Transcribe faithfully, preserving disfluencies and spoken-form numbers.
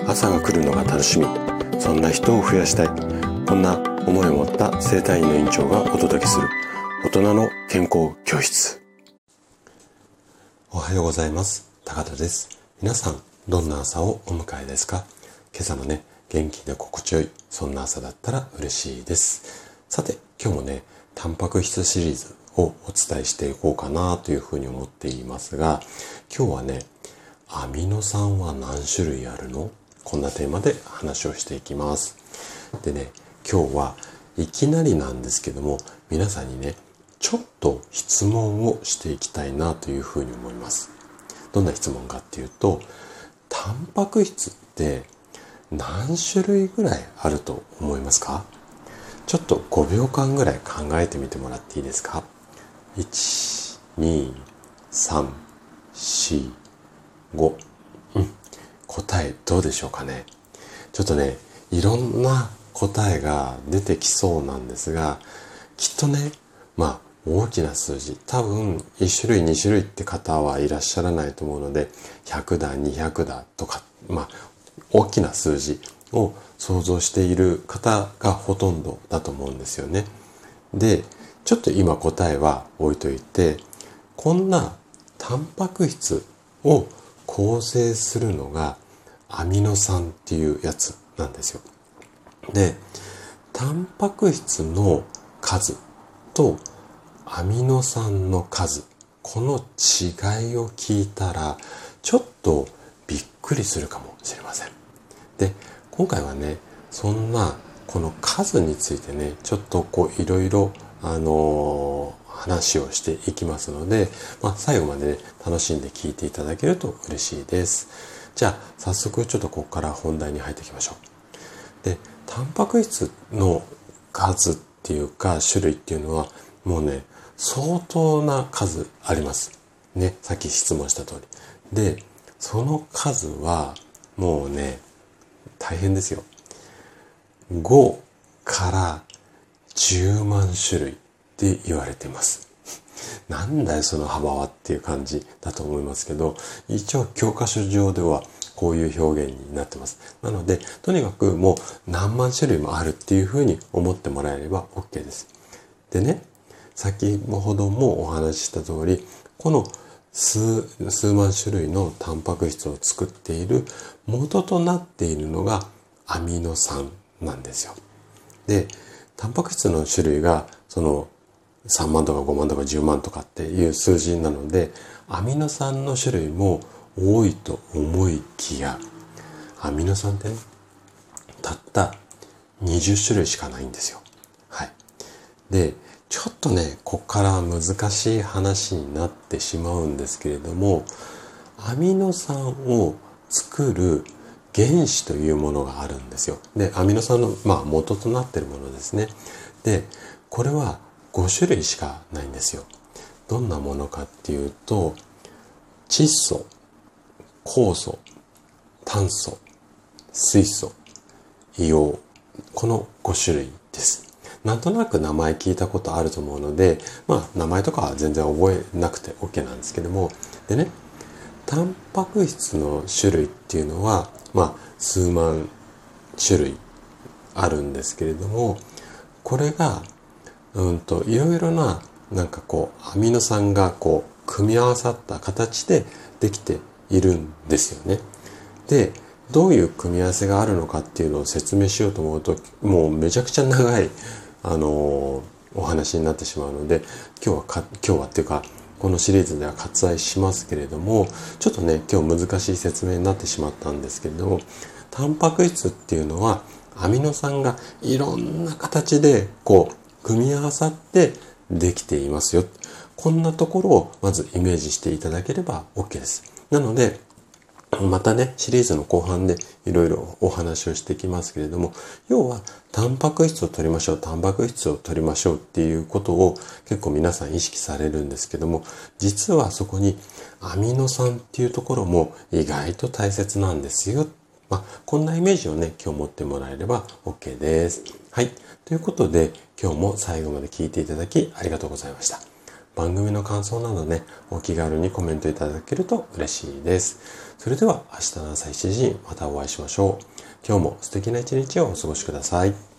朝が来るのが楽しみ、そんな人を増やしたい、こんな思いを持った生体院の院長がお届けする大人の健康教室。おはようございます。高田です。皆さんどんな朝をお迎えですか？今朝もね、元気で心地よい、そんな朝だったら嬉しいです。さて、今日もね、タンパク質シリーズをお伝えしていこうかなというふうに思っていますが、今日はね、アミノ酸は何種類あるの？こんなテーマで話をしていきます。でね、今日はいきなりなんですけども、皆さんにね、ちょっと質問をしていきたいなというふうに思います。どんな質問かっていうと、タンパク質って何種類ぐらいあると思いますか？ちょっとごびょうかんぐらい考えてみてもらっていいですか？いち、に、さん、よん、ご、うん、答えどうでしょうかね。ちょっとね、いろんな答えが出てきそうなんですが、きっとね、まあ大きな数字、多分いち種類に種類って方はいらっしゃらないと思うので、ひゃくだにひゃくだとか、まあ大きな数字を想像している方がほとんどだと思うんですよね。で、ちょっと今答えは置いといて、こんなタンパク質を構成するのがアミノ酸っていうやつなんですよ。で、タンパク質の数とアミノ酸の数、この違いを聞いたらちょっとびっくりするかもしれません。で、今回はね、そんなこの数についてね、ちょっとこういろいろあのー、話をしていきますので、まあ、最後までね、楽しんで聞いていただけると嬉しいです。じゃあ早速ちょっとここから本題に入っていきましょう。で、タンパク質の数っていうか種類っていうのはもうね、相当な数ありますね。さっき質問した通りで、その数はもうね、大変ですよ。ごからじゅうまん種類って言われています。なんだよその幅はっていう感じだと思いますけど、一応教科書上ではこういう表現になってます。なので、とにかくもう何万種類もあるっていうふうに思ってもらえれば OK です。でね、先ほどもお話しした通り、この数、数万種類のタンパク質を作っている元となっているのがアミノ酸なんですよ。で、タンパク質の種類がそのさんまんとかごまんとかじゅうまんとかっていう数字なので、アミノ酸の種類も多いと思いきや、アミノ酸ってね、たったにじゅっしゅるいしかないんですよ。はい。で、ちょっとね、ここから難しい話になってしまうんですけれども、アミノ酸を作る原子というものがあるんですよ。で、アミノ酸の、まあ、元となっているものですね。で、これはごしゅるいしかないんですよ。どんなものかっていうと、窒素、酵素、炭素、水素、硫黄、このごしゅるいです。なんとなく名前聞いたことあると思うので、まあ名前とかは全然覚えなくて OK なんですけども、でね、タンパク質の種類っていうのは、まあ数万種類あるんですけれども、これが、うんと、いろいろな、なんかこう、アミノ酸がこう、組み合わさった形でできているんですよね。で、どういう組み合わせがあるのかっていうのを説明しようと思うと、もうめちゃくちゃ長い、あのー、お話になってしまうので、今日はか、今日はっていうか、このシリーズでは割愛しますけれども、ちょっとね、今日難しい説明になってしまったんですけれども、タンパク質っていうのは、アミノ酸がいろんな形で、こう、組み合わさってできていますよ。こんなところをまずイメージしていただければ OK です。なので、またね、シリーズの後半でいろいろお話をしていきますけれども、要は、タンパク質を取りましょう、タンパク質を取りましょうっていうことを結構皆さん意識されるんですけども、実はそこにアミノ酸っていうところも意外と大切なんですよ。まあ、こんなイメージをね、今日持ってもらえれば OK です。はい。ということで、今日も最後まで聞いていただきありがとうございました。 番組の感想などね、お気軽にコメントいただけると嬉しいです。それでは明日の朝しちじにまたお会いしましょう。今日も素敵な一日をお過ごしください。